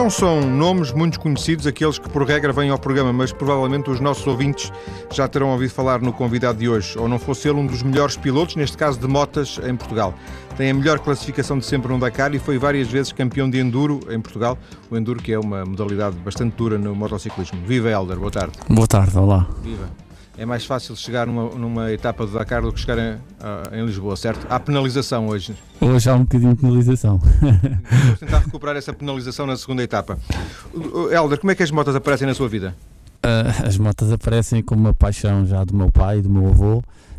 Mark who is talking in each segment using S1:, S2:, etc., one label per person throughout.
S1: Não são nomes muito conhecidos aqueles que por regra vêm ao programa, mas provavelmente os nossos ouvintes já terão ouvido falar no convidado de hoje, ou não fosse ele um dos melhores pilotos, neste caso de motas, em Portugal. Tem a melhor classificação de sempre no Dakar e foi várias vezes campeão de Enduro em Portugal. O Enduro, que é uma modalidade bastante dura no motociclismo. Viva, Hélder, boa tarde.
S2: Boa tarde, olá.
S1: Viva. É mais fácil chegar numa etapa do Dakar do que chegar em Lisboa, certo? Há penalização hoje.
S2: Hoje há um bocadinho de penalização.
S1: Vamos tentar recuperar essa penalização na segunda etapa. Hélder, como é que as motas aparecem na sua vida?
S2: As motas aparecem como uma paixão já do meu pai e do meu avô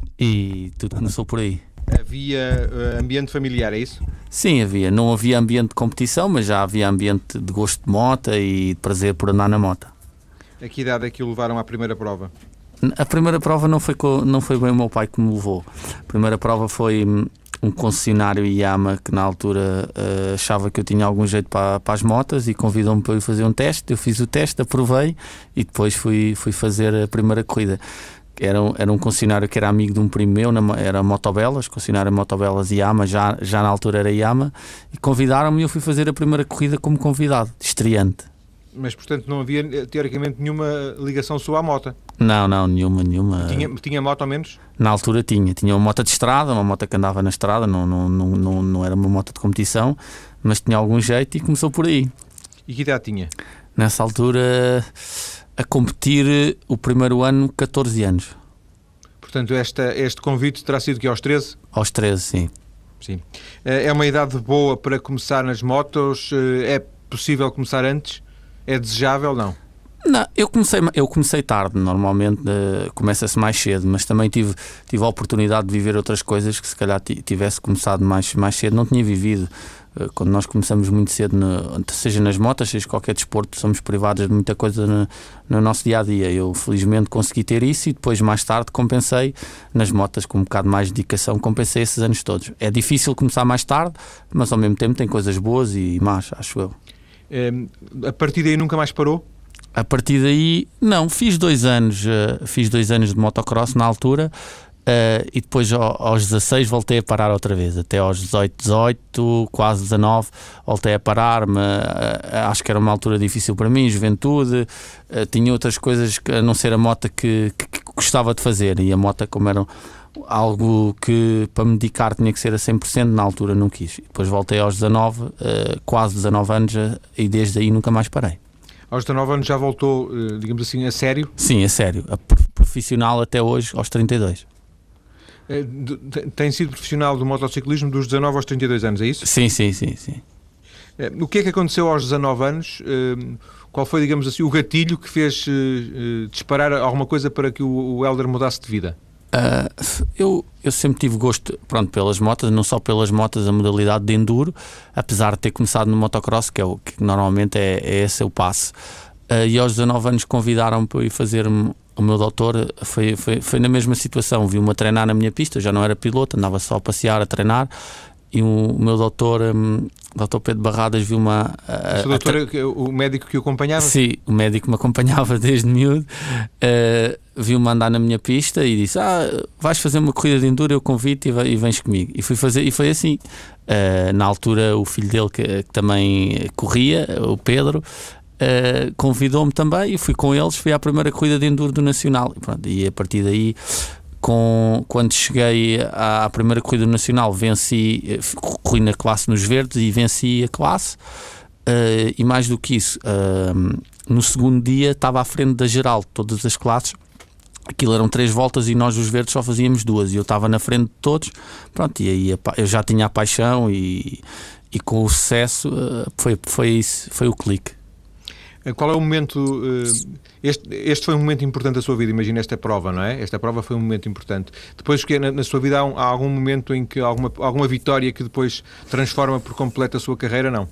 S2: e tudo começou por aí.
S1: Havia ambiente familiar, é isso?
S2: Sim, havia. Não havia ambiente de competição, mas já havia ambiente de gosto de moto e de prazer por andar na moto.
S1: A que idade é que o levaram à primeira prova?
S2: A primeira prova não foi bem o meu pai que me levou. A primeira prova foi um concessionário Yamaha que na altura achava que eu tinha algum jeito para as motas e convidou-me para eu fazer um teste. Eu fiz o teste, aprovei e depois fui fazer a primeira corrida. Era um concessionário que era amigo de um primo meu, era Motobelas, concessionário Motobelas Yamaha, já na altura era Yamaha, e convidaram-me e eu fui fazer a primeira corrida como convidado, estreante.
S1: Mas, portanto, não havia, teoricamente, nenhuma ligação sua à moto?
S2: Não, nenhuma.
S1: Tinha moto ao menos?
S2: Na altura tinha uma moto de estrada, uma moto que andava na estrada, não era uma moto de competição, mas tinha algum jeito e começou por aí.
S1: E que idade tinha?
S2: Nessa altura, a competir o primeiro ano, 14 anos.
S1: Portanto, este convite terá sido que aos 13?
S2: Aos 13, sim.
S1: Sim. É uma idade boa para começar nas motos? É possível começar antes? É desejável, não?
S2: Não, eu comecei tarde, normalmente começa-se mais cedo, mas também tive a oportunidade de viver outras coisas que se calhar tivesse começado mais cedo, não tinha vivido. Quando nós começamos muito cedo, seja nas motas, seja qualquer desporto, somos privados de muita coisa no nosso dia-a-dia. Eu felizmente consegui ter isso e depois mais tarde compensei nas motas com um bocado mais de dedicação, compensei esses anos todos. É difícil começar mais tarde, mas ao mesmo tempo tem coisas boas e más, acho eu.
S1: A partir daí nunca mais parou?
S2: A partir daí, não, fiz 2 anos de motocross na altura e depois aos 16 voltei a parar outra vez, até aos 18, quase 19, voltei a parar, mas acho que era uma altura difícil para mim, juventude, tinha outras coisas a não ser a moto que gostava de fazer, e a moto, como era algo que para me dedicar tinha que ser a 100%, na altura não quis. Depois voltei aos 19, quase 19 anos, e desde aí nunca mais parei.
S1: Aos 19 anos já voltou, digamos assim, a sério?
S2: Sim, a sério. A profissional até hoje, aos 32.
S1: Tem sido profissional do motociclismo dos 19 aos 32 anos, é isso?
S2: Sim.
S1: O que é que aconteceu aos 19 anos? Qual foi, digamos assim, o gatilho que fez disparar alguma coisa para que o Hélder mudasse de vida?
S2: Eu sempre tive gosto, pelas motas, não só pelas motas, a modalidade de enduro, apesar de ter começado no motocross, que normalmente é esse o passo. E aos 19 anos convidaram-me para ir fazer o meu doutor, foi na mesma situação, vi-me a treinar na minha pista, eu já não era piloto, andava só a passear, a treinar, e o meu doutor, Dr. Pedro Barradas, viu-me
S1: o médico que o acompanhava?
S2: Sim, o médico me acompanhava desde miúdo, viu-me andar na minha pista e disse: vais fazer uma corrida de enduro, eu convido e vens comigo. E fui fazer, e foi assim. Na altura o filho dele que também corria, o Pedro, convidou-me também e fui com eles, fui à primeira corrida de enduro do Nacional. E a partir daí, quando cheguei à primeira corrida nacional, corri na classe nos verdes e venci a classe, e mais do que isso, no segundo dia estava à frente da geral de todas as classes. Aquilo eram 3 voltas e nós os verdes só fazíamos 2 e eu estava na frente de todos. E aí eu já tinha a paixão e com o sucesso foi o clique.
S1: Qual é o momento... Este foi um momento importante da sua vida, imagina esta prova, não é? Esta prova foi um momento importante. Depois, que na sua vida há algum momento em que alguma vitória que depois transforma por completo a sua carreira, não?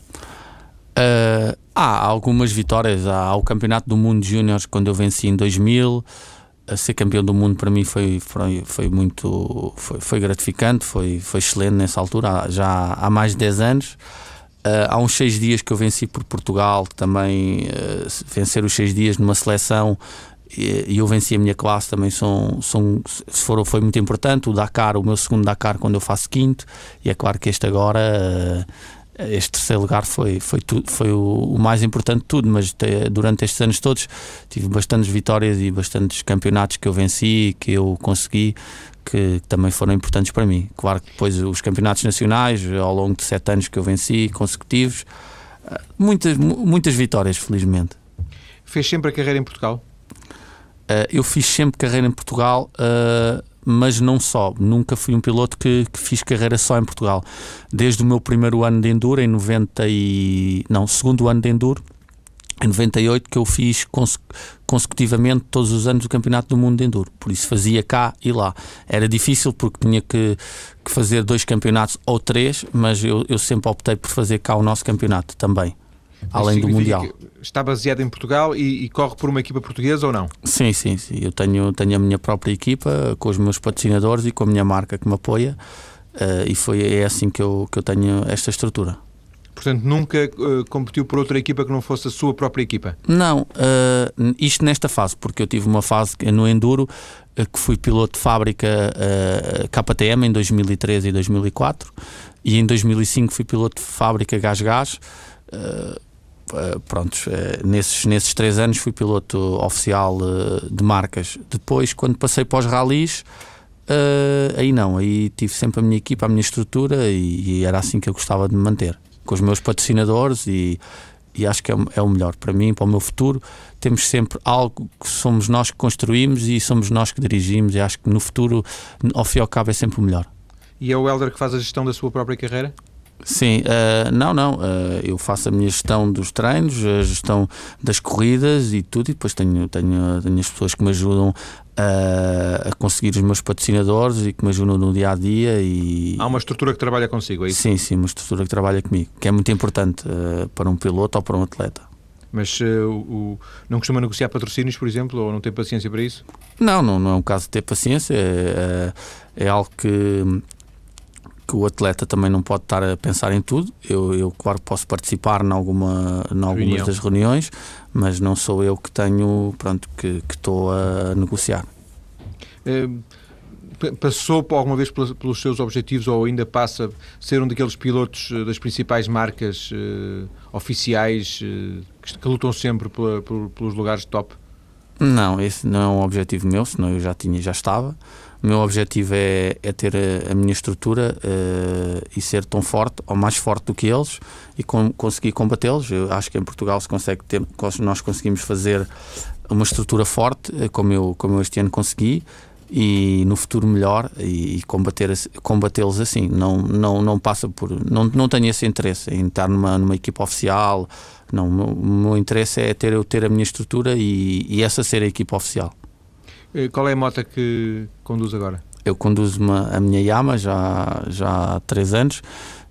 S2: Há algumas vitórias. Há o Campeonato do Mundo Júnior, quando eu venci em 2000. Ser campeão do mundo para mim foi gratificante, foi excelente nessa altura, já há mais de 10 anos. Há uns 6 dias que eu venci por Portugal, também vencer os 6 dias numa seleção, e eu venci a minha classe, também foi muito importante. O Dakar, o meu segundo Dakar, quando eu faço quinto, e é claro que este agora este terceiro lugar foi o mais importante de tudo, mas durante estes anos todos tive bastantes vitórias e bastantes campeonatos que eu venci, que eu consegui, que também foram importantes para mim. Claro que depois os campeonatos nacionais, ao longo de 7 anos que eu venci, consecutivos, muitas vitórias, felizmente.
S1: Fez sempre a carreira em Portugal?
S2: Eu fiz sempre carreira em Portugal, mas não só. Nunca fui um piloto que fiz carreira só em Portugal. Desde o meu primeiro ano de Enduro, segundo ano de Enduro, em 98, que eu fiz consecutivamente todos os anos o Campeonato do Mundo de Enduro. Por isso fazia cá e lá. Era difícil porque tinha que fazer 2 campeonatos ou 3, mas eu sempre optei por fazer cá o nosso campeonato também, além do Mundial.
S1: Está baseado em Portugal e corre por uma equipa portuguesa ou não?
S2: Sim. Eu tenho a minha própria equipa, com os meus patrocinadores e com a minha marca que me apoia, e é assim que eu tenho esta estrutura.
S1: Portanto, nunca competiu por outra equipa que não fosse a sua própria equipa?
S2: Não, isto nesta fase, porque eu tive uma fase no Enduro que fui piloto de fábrica KTM em 2013 e 2004, e em 2005 fui piloto de fábrica Gás. Nesses 3 anos fui piloto oficial de marcas. Depois, quando passei para os ralis, aí tive sempre a minha equipa, a minha estrutura, e era assim que eu gostava de me manter, com os meus patrocinadores, e acho que é o melhor para mim, para o meu futuro. Temos sempre algo que somos nós que construímos e somos nós que dirigimos, e acho que no futuro, ao fim e ao cabo, é sempre o melhor.
S1: E é o Hélder que faz a gestão da sua própria carreira?
S2: Sim, eu faço a minha gestão dos treinos, a gestão das corridas e tudo, e depois tenho as pessoas que me ajudam a conseguir os meus patrocinadores e que me ajudam no dia a dia.
S1: Há uma estrutura que trabalha consigo, é isso?
S2: Sim, uma estrutura que trabalha comigo, que é muito importante para um piloto ou para um atleta.
S1: Mas não costuma negociar patrocínios, por exemplo, ou não tem paciência para isso?
S2: Não é um caso de ter paciência, é algo que o atleta também não pode estar a pensar em tudo. Eu claro, posso participar em algumas das reuniões, mas não sou eu que tenho, que estou a negociar.
S1: Passou alguma vez pelos seus objetivos, ou ainda passa a ser um daqueles pilotos das principais marcas oficiais que lutam sempre pelos lugares de top?
S2: Não, esse não é um objetivo meu, senão eu já estava. O meu objetivo é ter a minha estrutura e ser tão forte ou mais forte do que eles e conseguir combatê-los. Eu acho que em Portugal nós conseguimos fazer uma estrutura forte, como eu este ano consegui, e no futuro melhor, e combatê-los assim. Não passa por... Não tenho esse interesse em estar numa equipa oficial. Não, o meu interesse é ter a minha estrutura e essa ser a equipa oficial.
S1: Qual é a moto que conduz agora?
S2: Eu conduzo a minha Yamaha já há 3 anos,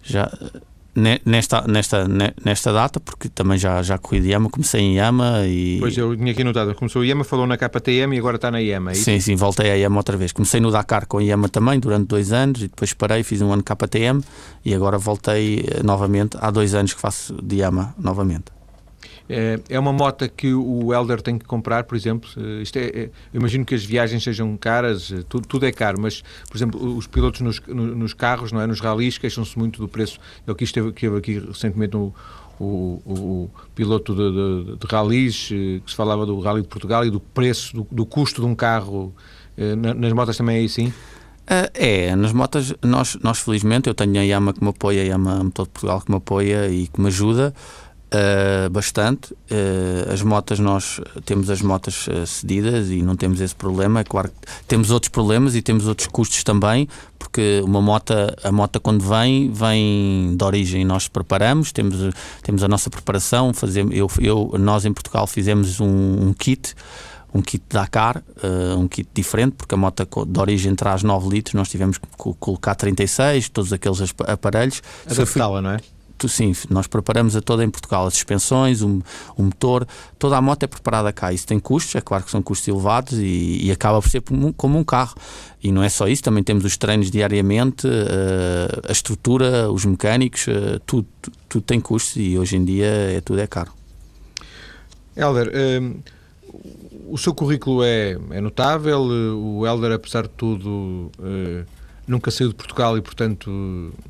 S2: nesta data, porque também já corri de Yamaha, comecei em Yamaha e...
S1: Pois, eu tinha aqui notado, começou a Yamaha, falou na KTM e agora está na Yamaha.
S2: Sim, voltei à Yamaha outra vez. Comecei no Dakar com a Yamaha também durante 2 anos e depois parei, fiz um ano KTM e agora voltei novamente, há 2 anos que faço de Yamaha novamente.
S1: É uma moto que o Hélder tem que comprar, por exemplo? Eu imagino que as viagens sejam caras, tudo é caro, mas, por exemplo, os pilotos nos carros, não é? Nos ralis, queixam-se muito do preço. Eu esteve aqui recentemente o piloto de ralis, que se falava do Rally de Portugal e do preço, do custo de um carro. Nas motas também é assim?
S2: Nas motas, nós felizmente, eu tenho a Yamaha que me apoia, a Yamaha Motor de Portugal que me apoia e que me ajuda bastante. As motas, nós temos as motas cedidas e não temos esse problema. É claro que temos outros problemas e temos outros custos também, porque a moto quando vem de origem, nós preparamos, temos a nossa preparação, nós em Portugal fizemos um kit Dakar, um kit diferente, porque a moto de origem traz 9 litros, nós tivemos que colocar 36, todos aqueles aparelhos.
S1: Adaptá-la, não é?
S2: Sim, nós preparamos a toda em Portugal, as suspensões, o motor, toda a moto é preparada cá. Isso tem custos, é claro que são custos elevados e acaba por ser como um carro. E não é só isso, também temos os treinos diariamente, a estrutura, os mecânicos, tudo tem custos e hoje em dia tudo é caro.
S1: Hélder, o seu currículo é notável. O Hélder, apesar de tudo, nunca saiu de Portugal e, portanto,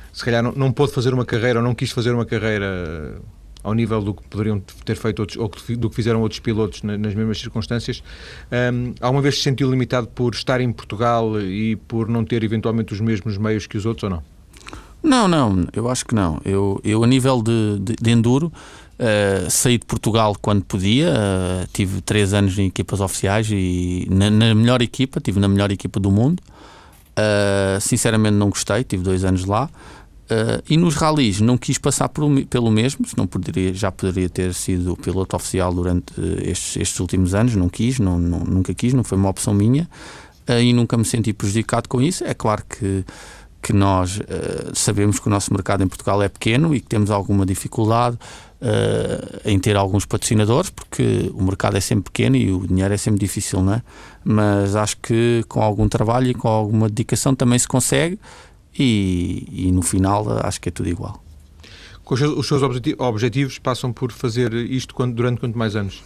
S1: se calhar não pôde fazer uma carreira ou não quis fazer uma carreira ao nível do que poderiam ter feito outros, ou do que fizeram outros pilotos nas mesmas circunstâncias. Alguma vez se sentiu limitado por estar em Portugal e por não ter eventualmente os mesmos meios que os outros, ou não?
S2: Não, eu acho que não. Eu a nível de enduro, saí de Portugal quando podia, tive 3 anos em equipas oficiais e na melhor equipa, estive na melhor equipa do mundo. Sinceramente não gostei, tive 2 anos lá. E nos ralis não quis passar pelo mesmo, senão já poderia ter sido piloto oficial durante estes últimos anos. Não quis, nunca quis, não foi uma opção minha, e nunca me senti prejudicado com isso. É claro que nós sabemos que o nosso mercado em Portugal é pequeno e que temos alguma dificuldade em ter alguns patrocinadores, porque o mercado é sempre pequeno e o dinheiro é sempre difícil, não é? Mas acho que com algum trabalho e com alguma dedicação também se consegue. E no final acho que é tudo igual.
S1: Os seus objetivos passam por fazer isto durante quanto mais anos?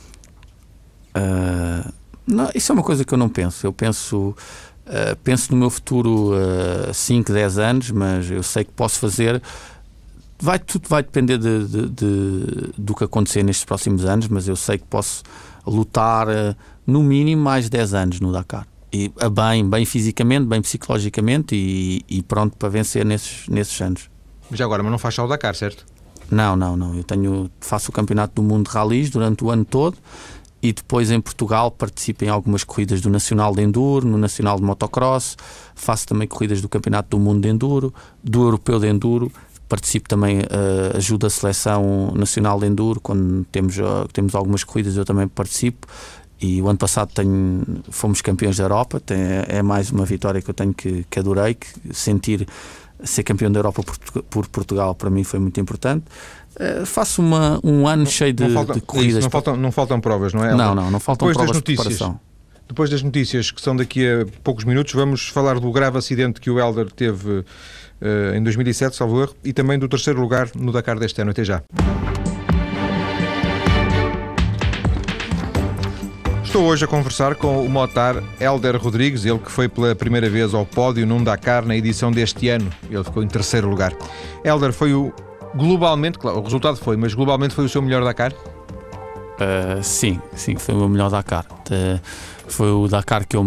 S2: Não, isso é uma coisa que eu não penso. Eu penso no meu futuro 5, 10 anos, mas eu sei que posso fazer. Tudo vai depender do que acontecer nestes próximos anos, mas eu sei que posso lutar no mínimo mais 10 anos no Dakar. E bem fisicamente, bem psicologicamente e pronto para vencer nesses anos.
S1: Mas agora, não faz só o Dakar, certo?
S2: Não. Eu faço o Campeonato do Mundo de Ralis durante o ano todo e depois em Portugal participo em algumas corridas do Nacional de Enduro, no Nacional de Motocross, faço também corridas do Campeonato do Mundo de Enduro, do Europeu de Enduro, participo também, ajudo a Seleção Nacional de Enduro, quando temos algumas corridas eu também participo. E o ano passado fomos campeões da Europa, é mais uma vitória que eu tenho que adorei, que ser campeão da Europa por Portugal para mim foi muito importante. Faço um ano cheio de corridas.
S1: Não faltam provas, não é?
S2: Não faltam provas de preparação.
S1: Depois das notícias, que são daqui a poucos minutos, vamos falar do grave acidente que o Hélder teve em 2007, salvo erro, e também do 3º lugar no Dakar deste ano. Até já. Estou hoje a conversar com o motar Hélder Rodrigues, ele que foi pela primeira vez ao pódio num Dakar na edição deste ano. Ele ficou em 3º lugar. Hélder, globalmente, claro, o resultado mas globalmente foi o seu melhor Dakar?
S2: Sim, foi o meu melhor Dakar. Foi o Dakar que eu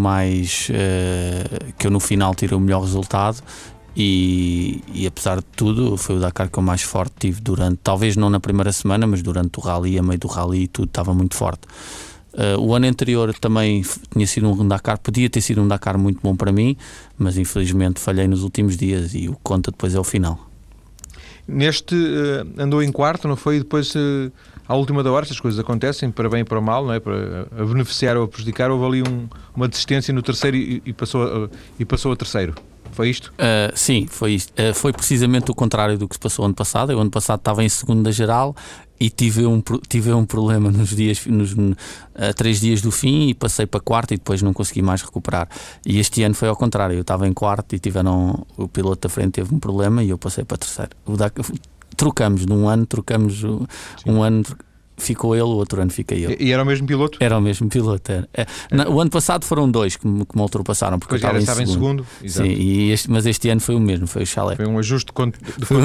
S2: no final tirei o melhor resultado. E apesar de tudo, foi o Dakar que eu mais forte tive talvez não na primeira semana, mas durante o rally, a meio do rally, tudo estava muito forte. O ano anterior também tinha sido um Dakar, podia ter sido um Dakar muito bom para mim, mas infelizmente falhei nos últimos dias e o que conta depois é o final.
S1: Neste andou em 4º, não foi? E depois, à última da hora, estas coisas acontecem, para bem e para o mal, não é? Para beneficiar ou a prejudicar, houve ali uma desistência no 3º e passou a 3º. Foi isto?
S2: Sim, foi isto. Foi precisamente o contrário do que se passou ano passado. Eu ano passado estava em 2º da geral e tive um problema nos 3 dias do fim e passei para 4º e depois não consegui mais recuperar. E este ano foi ao contrário. Eu estava em 4º e o piloto da frente teve um problema e eu passei para 3º. Trocamos um ano. Ficou ele, o outro ano fiquei eu.
S1: E era o mesmo piloto?
S2: Era o mesmo piloto. O ano passado foram 2 que me ultrapassaram, porque eu estava em segundo.
S1: Exato.
S2: Sim, mas este ano foi o mesmo, foi o Chalé.
S1: Foi um ajuste de contas.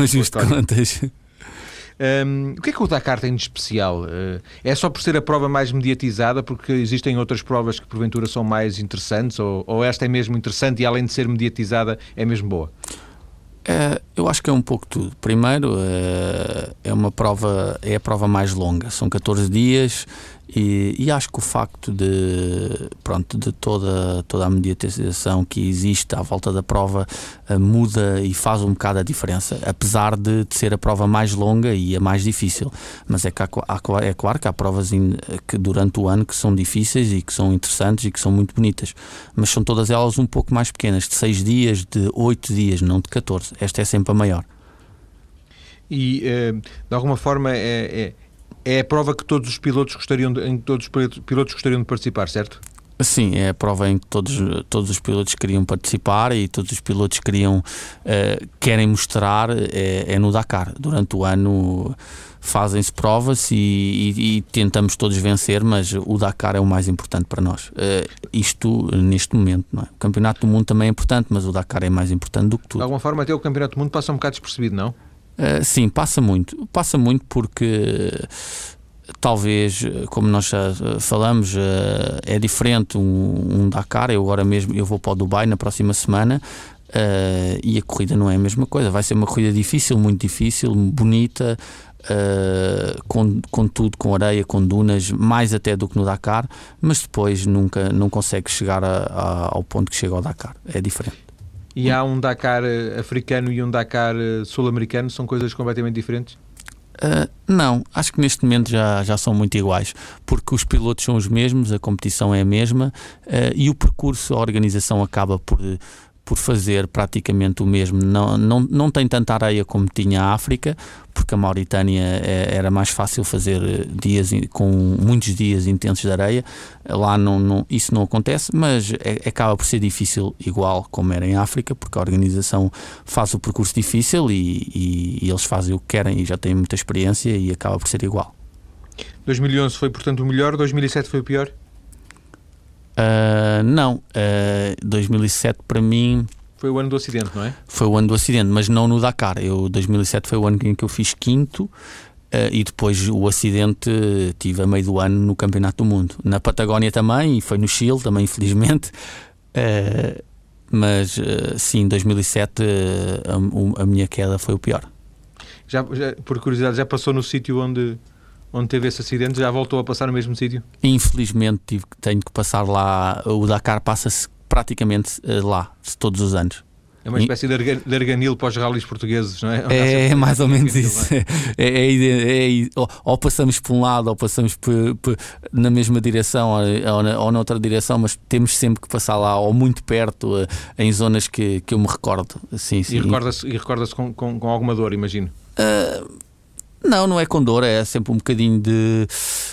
S1: O que é que o Dakar tem de especial? É só por ser a prova mais mediatizada, porque existem outras provas que porventura são mais interessantes, ou esta é mesmo interessante e além de ser mediatizada é mesmo boa?
S2: Eu acho que é um pouco tudo. Primeiro, é a prova mais longa, são 14 dias e acho que o facto de toda a mediatização que existe à volta da prova muda e faz um bocado a diferença, apesar de ser a prova mais longa e a mais difícil. Mas é claro que há provas que durante o ano que são difíceis e que são interessantes e que são muito bonitas, mas são todas elas um pouco mais pequenas, de 6 dias, de 8 dias, não de 14. Esta é sempre a maior.
S1: E de alguma forma é a prova que todos os pilotos gostariam de participar, certo?
S2: Sim, é a prova em que todos os pilotos queriam participar e todos os pilotos querem mostrar é no Dakar. Durante o ano fazem-se provas e tentamos todos vencer, mas o Dakar é o mais importante para nós. Isto neste momento, não é? O Campeonato do Mundo também é importante, mas o Dakar é mais importante do que tudo.
S1: De alguma forma até o Campeonato do Mundo passa um bocado despercebido, não?
S2: Sim, passa muito porque talvez, como nós já falamos, é diferente um Dakar. Eu agora mesmo vou para o Dubai na próxima semana e a corrida não é a mesma coisa. Vai ser uma corrida difícil, muito difícil, bonita, com tudo, com areia, com dunas, mais até do que no Dakar, mas depois não consegue chegar ao ponto que chega ao Dakar. É diferente.
S1: E há um Dakar africano e um Dakar sul-americano, são coisas completamente diferentes?
S2: Não, acho que neste momento já são muito iguais, porque os pilotos são os mesmos, a competição é a mesma e o percurso, a organização acaba por fazer praticamente o mesmo. Não tem tanta areia como tinha a África, porque a Mauritânia era mais fácil fazer dias com muitos dias intensos de areia. Lá isso não acontece, mas acaba por ser difícil igual como era em África, porque a organização faz o percurso difícil e eles fazem o que querem e já têm muita experiência e acaba por ser igual.
S1: 2011 foi, portanto, o melhor, 2007 foi o pior?
S2: Não, 2007 para mim
S1: foi o ano do acidente, não é?
S2: Foi o ano do acidente, mas não no Dakar. 2007 foi o ano em que eu fiz quinto e depois o acidente tive a meio do ano no Campeonato do Mundo. Na Patagónia também, e foi no Chile também, infelizmente. Mas sim, 2007 a minha queda foi o pior.
S1: Já, por curiosidade, já passou no sítio onde teve esse acidente? Já voltou a passar no mesmo sítio?
S2: Infelizmente tenho que passar lá. O Dakar passa-se praticamente lá, todos os anos.
S1: É uma espécie de arganil para os rallies portugueses, não é?
S2: É mais ou menos isso. Ou passamos por um lado ou passamos na mesma direção ou noutra direção, mas temos sempre que passar lá, ou muito perto, em zonas que eu me recordo. Sim.
S1: E recorda-se com alguma dor, imagino?
S2: Não é com dor, é sempre um bocadinho de...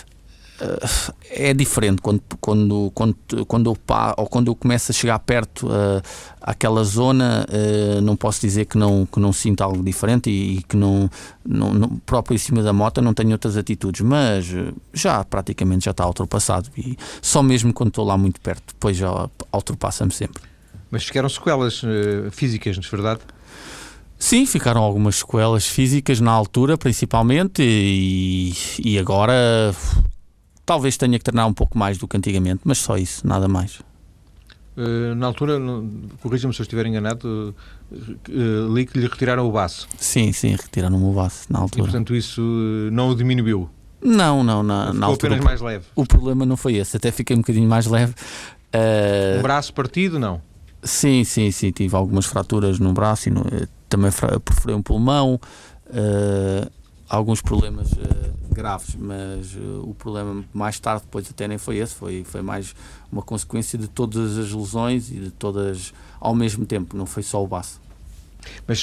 S2: é diferente quando eu começo a chegar perto àquela zona, não posso dizer que não sinto algo diferente e que não próprio em cima da moto não tenho outras atitudes, mas praticamente já está ultrapassado e só mesmo quando estou lá muito perto, depois já ultrapassa-me sempre.
S1: Mas ficaram sequelas físicas, não é verdade?
S2: Sim, ficaram algumas sequelas físicas na altura, principalmente, e agora talvez tenha que treinar um pouco mais do que antigamente, mas só isso, nada mais.
S1: Na altura, corrija-me se eu estiver enganado, li que lhe retiraram o baço.
S2: Sim, retiraram-me o baço na altura.
S1: E, portanto, isso não o diminuiu?
S2: Não, na altura.
S1: Apenas mais leve?
S2: O problema não foi esse, até fiquei um bocadinho mais leve.
S1: Um braço partido, não?
S2: Sim, tive algumas fraturas no braço e também perfurei um pulmão, alguns problemas graves, mas o problema mais tarde depois até nem foi esse, foi mais uma consequência de todas as lesões e de todas ao mesmo tempo, não foi só o baço.
S1: Mas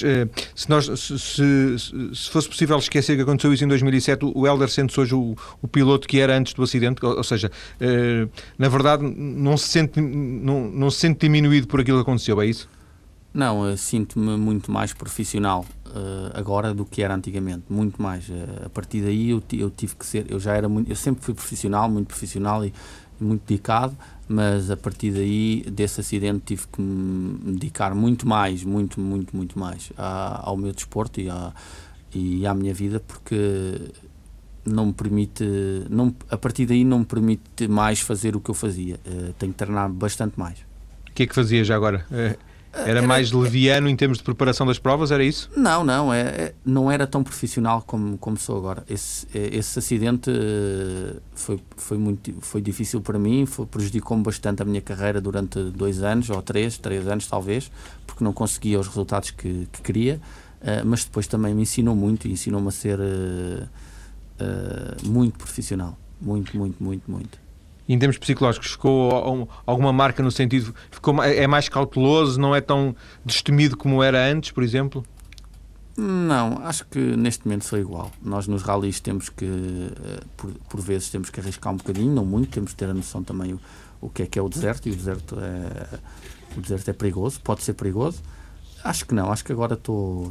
S1: se fosse possível esquecer que aconteceu isso em 2007, o Hélder sente-se hoje o piloto que era antes do acidente, ou seja, na verdade não se sente diminuído por aquilo que aconteceu, é isso?
S2: Não, sinto-me muito mais profissional agora do que era antigamente, muito mais. A partir daí eu tive que ser, eu sempre fui muito profissional e muito dedicado, mas a partir daí, desse acidente, tive que me dedicar muito mais ao meu desporto e à minha vida, porque não me permite, a partir daí não me permite mais fazer o que eu fazia. Tenho que treinar bastante mais.
S1: O que é que fazia já agora? Era mais leviano em termos de preparação das provas, era isso?
S2: Não era tão profissional como sou agora. Esse acidente foi difícil para mim, prejudicou-me bastante a minha carreira durante 2 anos, ou 3 anos talvez, porque não conseguia os resultados que queria, mas depois também me ensinou-me a ser muito profissional, muito.
S1: E em termos psicológicos, ficou alguma marca no sentido... é mais cauteloso, não é tão destemido como era antes, por exemplo?
S2: Não, acho que neste momento sou igual. Nós nos ralis temos que, por vezes, temos que arriscar um bocadinho, não muito, temos que ter a noção também o que é o deserto, e o deserto é perigoso, pode ser perigoso. Acho que não, acho que agora estou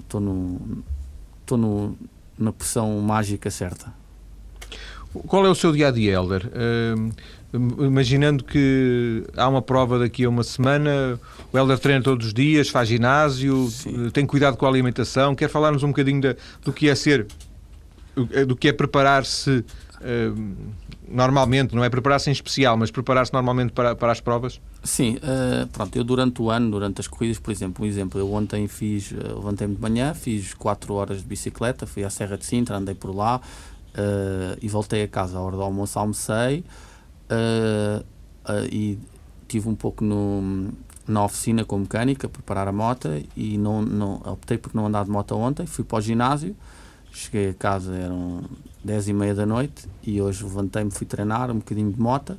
S2: na pressão mágica certa.
S1: Qual é o seu dia-a-dia, Hélder? Imaginando que há uma prova daqui a uma semana, o Hélder treina todos os dias, faz ginásio, tem cuidado com a alimentação. Quer falar-nos um bocadinho do que é preparar-se normalmente, não é preparar-se em especial, mas preparar-se normalmente para as provas?
S2: Sim, pronto, eu durante o ano, durante as corridas, por exemplo, eu ontem levantei-me de manhã, fiz 4 horas de bicicleta, fui à Serra de Sintra, andei por lá, e voltei a casa à hora do almoço, almocei, e estive um pouco na oficina com mecânica, a preparar a moto, e não optei por não andar de moto ontem, fui para o ginásio, cheguei a casa, eram 10h30 da noite, e hoje levantei-me, fui treinar um bocadinho de moto,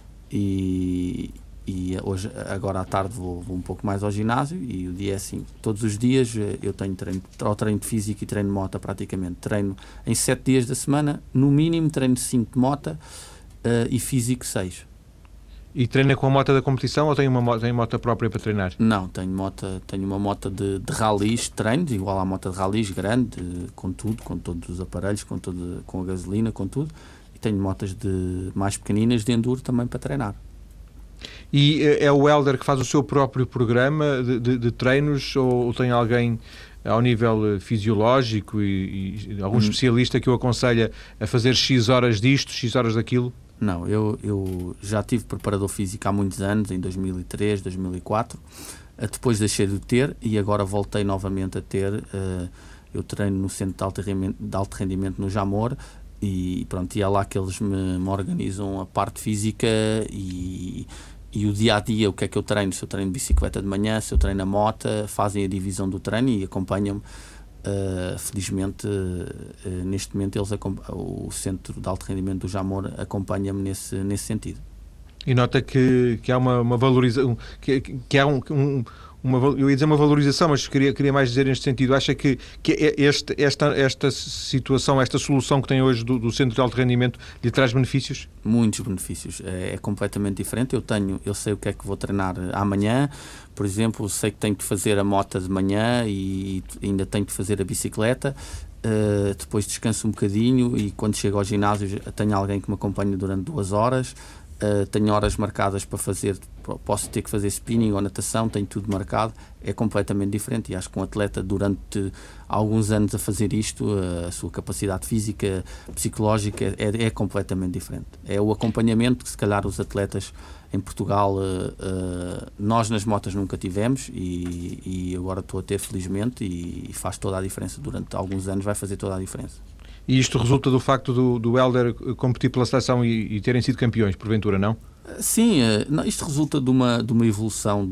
S2: e hoje, agora à tarde vou um pouco mais ao ginásio, e o dia é assim, todos os dias eu tenho treino de físico e treino de moto praticamente, treino em 7 dias da semana, no mínimo treino 5 de moto, e físico 6.
S1: E treina com a moto da competição ou tem moto própria para treinar?
S2: Não, tenho uma moto de ralis, treino, igual à moto de ralis, grande, com tudo, com todos os aparelhos, com a gasolina, com tudo, e tenho motas mais pequeninas de enduro também para treinar.
S1: E é o Hélder que faz o seu próprio programa de treinos, ou tem alguém ao nível fisiológico e algum especialista que o aconselha a fazer X horas disto, X horas daquilo?
S2: Não, eu já tive preparador físico há muitos anos, em 2003, 2004, depois deixei de ter e agora voltei novamente a ter. Eu treino no Centro de Alto Rendimento no Jamor, e pronto, e é lá que eles me organizam a parte física e o dia-a-dia, o que é que eu treino, se eu treino bicicleta de manhã, se eu treino a moto, fazem a divisão do treino e acompanham-me. Felizmente, neste momento, o Centro de Alto Rendimento do Jamor acompanha-me nesse sentido.
S1: E nota que há uma valorização, que há eu ia dizer uma valorização, mas queria mais dizer neste sentido. Acha que esta situação, esta solução que tem hoje do Centro de Alto Rendimento lhe traz benefícios?
S2: Muitos benefícios. É completamente diferente. Eu sei o que é que vou treinar amanhã. Por exemplo, sei que tenho que fazer a moto de manhã e ainda tenho que fazer a bicicleta. Depois descanso um bocadinho e quando chego ao ginásio tenho alguém que me acompanha durante 2 horas. Tenho horas marcadas para fazer, posso ter que fazer spinning ou natação, tenho tudo marcado, é completamente diferente, e acho que um atleta durante alguns anos a fazer isto, a sua capacidade física, psicológica é completamente diferente. É o acompanhamento que se calhar os atletas em Portugal, nós nas motas nunca tivemos, e agora estou a ter felizmente, e faz toda a diferença, durante alguns anos vai fazer toda a diferença.
S1: E isto resulta do facto do Hélder competir pela seleção e terem sido campeões, porventura, não?
S2: Sim, isto resulta de uma evolução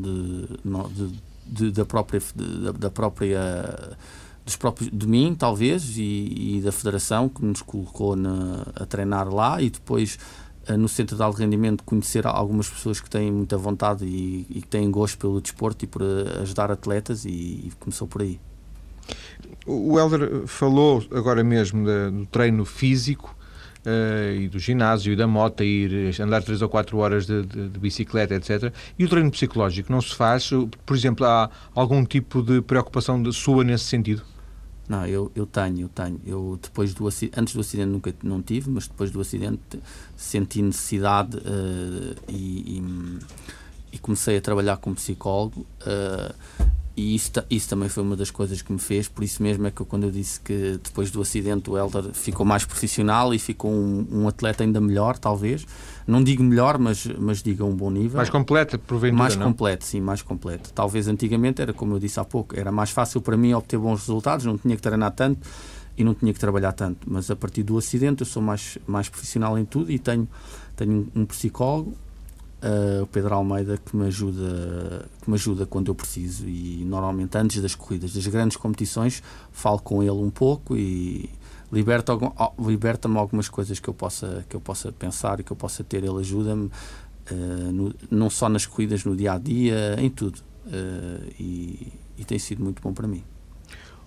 S2: de mim, talvez, e da Federação, que nos colocou a treinar lá, e depois no Centro de Alto Rendimento conhecer algumas pessoas que têm muita vontade e que têm gosto pelo desporto e por ajudar atletas, e começou por aí.
S1: O Hélder falou agora mesmo do treino físico e do ginásio e da moto, andar 3 ou 4 horas de bicicleta, etc. E o treino psicológico não se faz? Por exemplo, há algum tipo de preocupação sua nesse sentido?
S2: Não, eu tenho. Eu antes do acidente nunca não tive, mas depois do acidente senti necessidade e comecei a trabalhar como psicólogo. E isso também foi uma das coisas que me fez, por isso mesmo é que quando eu disse que depois do acidente o Hélder ficou mais profissional e ficou um atleta ainda melhor, talvez, não digo melhor, mas digo a um bom nível.
S1: Mais completo, porventura,
S2: mais
S1: não?
S2: Completo, sim, mais completo. Talvez antigamente era, como eu disse há pouco, era mais fácil para mim obter bons resultados, não tinha que treinar tanto e não tinha que trabalhar tanto, mas a partir do acidente eu sou mais profissional em tudo, e tenho um psicólogo, o Pedro Almeida, que me ajuda quando eu preciso, e normalmente antes das corridas, das grandes competições, falo com ele um pouco e liberta-me algumas coisas que eu possa pensar e que eu possa ter. Ele ajuda-me não só nas corridas, no dia-a-dia, em tudo, e tem sido muito bom para mim.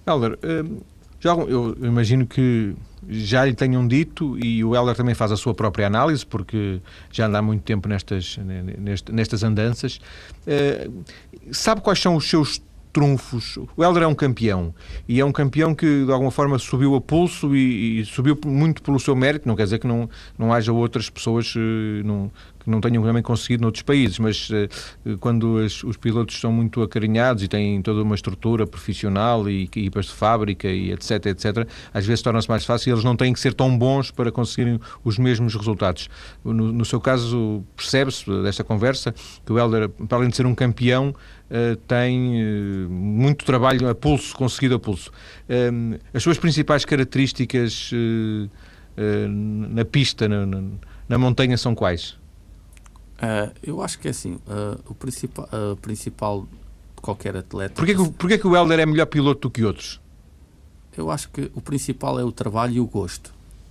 S1: Helder, eu imagino que já lhe tenham dito, e o Helder também faz a sua própria análise, porque já anda há muito tempo nestas andanças. Sabe quais são os seus trunfos? O Helder é um campeão, e é um campeão que de alguma forma subiu a pulso e subiu muito pelo seu mérito. Não quer dizer que não haja outras pessoas que não tenham também conseguido noutros países, mas quando os pilotos são muito acarinhados e têm toda uma estrutura profissional e equipas de fábrica e etc, às vezes torna-se mais fácil e eles não têm que ser tão bons para conseguirem os mesmos resultados. No seu caso, percebe-se desta conversa que o Helder, para além de ser um campeão, tem muito trabalho a pulso, conseguido a pulso. As suas principais características na pista, na montanha, são quais?
S2: Eu acho que é assim, o principal de qualquer atleta...
S1: Porquê que o Helder é melhor piloto do que outros?
S2: Eu acho que o principal é o trabalho e o gosto.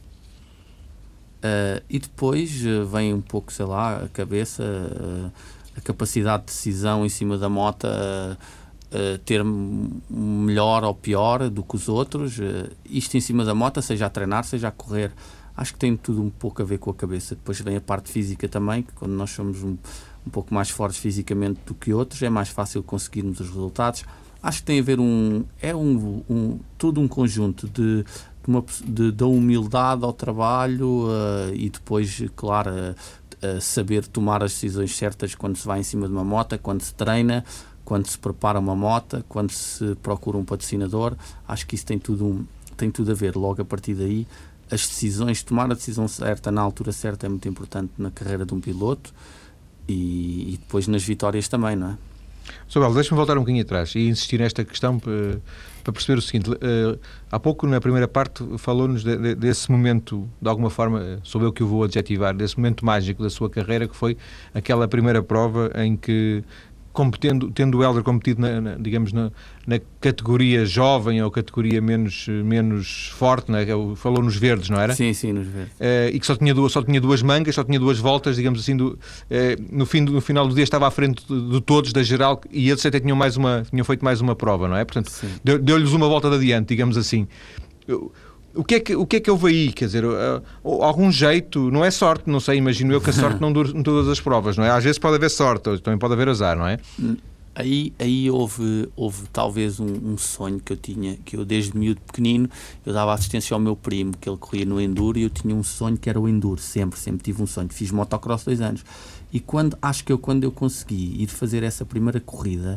S2: E depois vem um pouco, sei lá, a cabeça, a capacidade de decisão em cima da moto, ter melhor ou pior do que os outros. Isto em cima da moto, seja a treinar, seja a correr. Acho que tem tudo um pouco a ver com a cabeça. Depois vem a parte física também, que quando nós somos um pouco mais fortes fisicamente do que outros, é mais fácil conseguirmos os resultados. Acho que tem a ver todo um conjunto da humildade ao trabalho e depois, claro, saber tomar as decisões certas quando se vai em cima de uma moto, quando se treina, quando se prepara uma moto, quando se procura um patrocinador. Acho que isso tem tudo a ver. Logo a partir daí, as decisões, tomar a decisão certa na altura certa é muito importante na carreira de um piloto e depois nas vitórias também, não é?
S1: Sr. Belo, deixe-me voltar um bocadinho atrás e insistir nesta questão para perceber o seguinte. Há pouco, na primeira parte, falou-nos desse momento, de alguma forma, sou eu que o vou adjetivar, desse momento mágico da sua carreira, que foi aquela primeira prova em que, tendo o Helder competido na categoria jovem ou categoria menos forte, né? Falou nos verdes, não era?
S2: Sim, nos verdes.
S1: E que só tinha duas mangas, só tinha duas voltas, digamos assim, no final do dia estava à frente de todos, da geral, e eles até tinham feito mais uma prova, não é? Portanto, deu-lhes uma volta de adiante, digamos assim. O que é que houve aí? Quer dizer, algum jeito, não é sorte, não sei, imagino eu que a sorte não dura em todas as provas, não é? Às vezes pode haver sorte, também pode haver azar, não é?
S2: Aí houve talvez um sonho que eu tinha, que eu desde miúdo pequenino, eu dava assistência ao meu primo, que ele corria no Enduro, e eu tinha um sonho que era o Enduro, sempre tive um sonho. Fiz motocross 2 anos, e quando eu consegui ir fazer essa primeira corrida,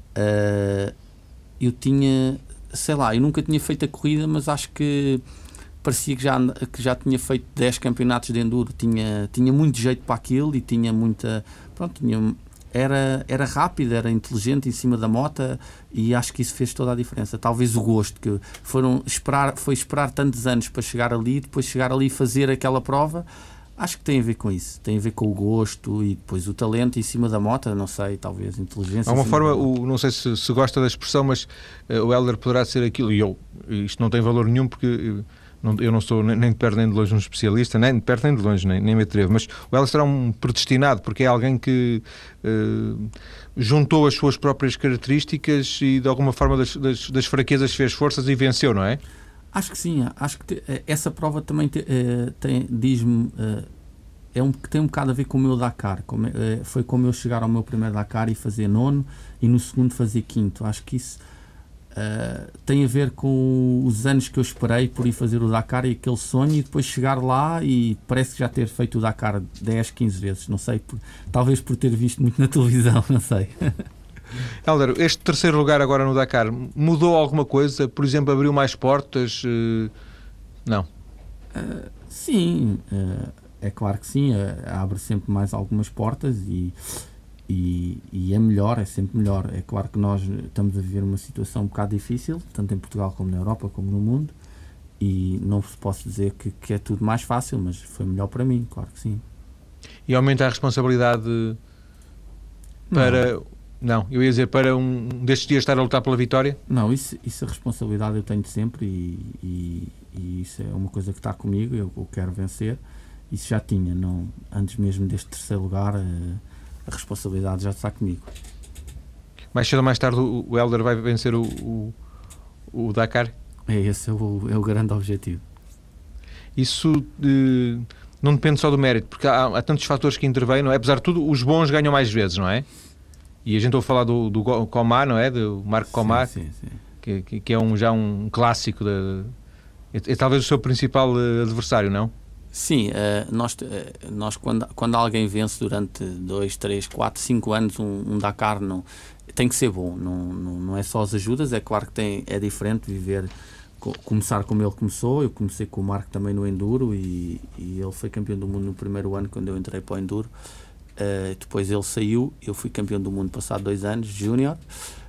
S2: eu tinha... sei lá, eu nunca tinha feito a corrida, mas acho que parecia que já tinha feito 10 campeonatos de enduro, tinha muito jeito para aquilo e tinha muita... Pronto, era rápido, era inteligente em cima da moto e acho que isso fez toda a diferença. Talvez o gosto, que foi esperar tantos anos para chegar ali, depois chegar ali e fazer aquela prova. Acho que tem a ver com isso, tem a ver com o gosto e depois o talento em cima da moto, não sei, talvez inteligência.
S1: Há uma forma, não sei se gosta da expressão, mas o Helder poderá ser aquilo, e isto não tem valor nenhum porque eu não sou nem de perto nem de longe um especialista, nem de perto nem de longe, nem me atrevo, mas o Helder será um predestinado porque é alguém que juntou as suas próprias características e de alguma forma das fraquezas fez forças e venceu, não é?
S2: Acho que sim, acho que essa prova também diz-me, que tem um bocado a ver com o meu Dakar. Foi como eu chegar ao meu primeiro Dakar e fazer 9º e no segundo fazer 5º. Acho que isso tem a ver com os anos que eu esperei por ir fazer o Dakar e aquele sonho e depois chegar lá e parece que já ter feito o Dakar 10, 15 vezes, não sei, talvez por ter visto muito na televisão, não sei.
S1: Helder, este terceiro lugar agora no Dakar mudou alguma coisa? Por exemplo, abriu mais portas? Não?
S2: Sim, é claro que sim, abre sempre mais algumas portas e é melhor, é sempre melhor. É claro que nós estamos a viver uma situação um bocado difícil, tanto em Portugal como na Europa, como no mundo, e não se posso dizer que é tudo mais fácil, mas foi melhor para mim, claro que sim.
S1: E aumenta a responsabilidade para... Não, eu ia dizer, para um destes dias estar a lutar pela vitória?
S2: Não, isso a responsabilidade eu tenho sempre e isso é uma coisa que está comigo, eu quero vencer. Isso já tinha, não, antes mesmo deste terceiro lugar, a responsabilidade já está comigo.
S1: Mais cedo ou mais tarde o Helder vai vencer o o Dakar?
S2: Esse é o grande objetivo.
S1: Isso não depende só do mérito, porque há tantos fatores que intervêm, não é? Apesar de tudo, os bons ganham mais vezes, não é? E a gente ouve falar do Comar, não é? Do Marco Comar,
S2: sim.
S1: Que é já um clássico. É talvez o seu principal adversário, não?
S2: Sim, nós quando alguém vence durante 2, 3, 4, 5 anos um Dakar, tem que ser bom, não é só as ajudas. É claro que é diferente começar como ele começou. Eu comecei com o Marco também no Enduro e ele foi campeão do mundo no primeiro ano quando eu entrei para o Enduro. Depois ele saiu, eu fui campeão do mundo passado 2 anos, Júnior,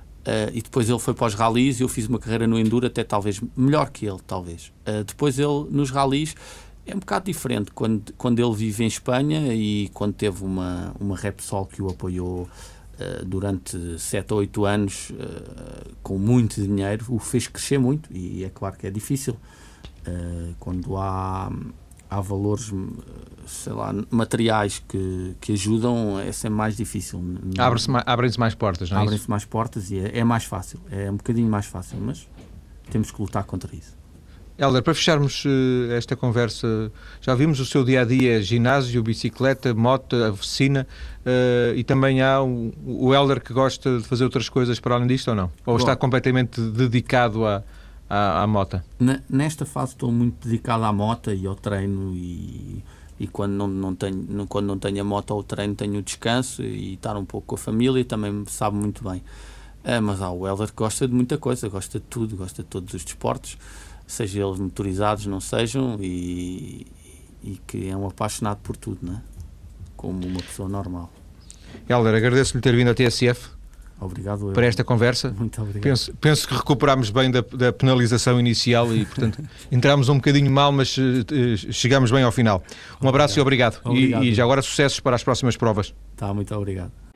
S2: e depois ele foi para os rallies e eu fiz uma carreira no Enduro até talvez melhor que ele, talvez. Depois ele nos rallies é um bocado diferente quando ele vive em Espanha e quando teve uma Repsol que o apoiou durante 7 ou 8 anos com muito dinheiro, o fez crescer muito. E é claro que é difícil quando há valores, sei lá, materiais que ajudam, é sempre mais difícil.
S1: Abrem-se mais portas, não é?
S2: Abrem-se mais portas e é mais fácil, é um bocadinho mais fácil, mas temos que lutar contra isso.
S1: Hélder, para fecharmos esta conversa, já vimos o seu dia-a-dia: ginásio, bicicleta, moto, oficina, e também há o Hélder que gosta de fazer outras coisas para além disto, ou não? Ou está completamente dedicado à moto?
S2: Nesta fase estou muito dedicado à moto e ao treino, e quando não tenho a moto ou o treino, tenho o descanso e estar um pouco com a família, também me sabe muito bem. Mas há o Hélder que gosta de muita coisa, gosta de tudo, gosta de todos os desportos, seja eles motorizados, não sejam, e que é um apaixonado por tudo, não é? Como uma pessoa normal.
S1: Hélder, agradeço-lhe ter vindo à TSF.
S2: Obrigado
S1: para esta conversa.
S2: Muito obrigado.
S1: Penso que recuperámos bem da penalização inicial e, portanto, entramos um bocadinho mal, mas chegamos bem ao final. Um abraço e obrigado. E já agora sucessos para as próximas provas.
S2: Muito obrigado.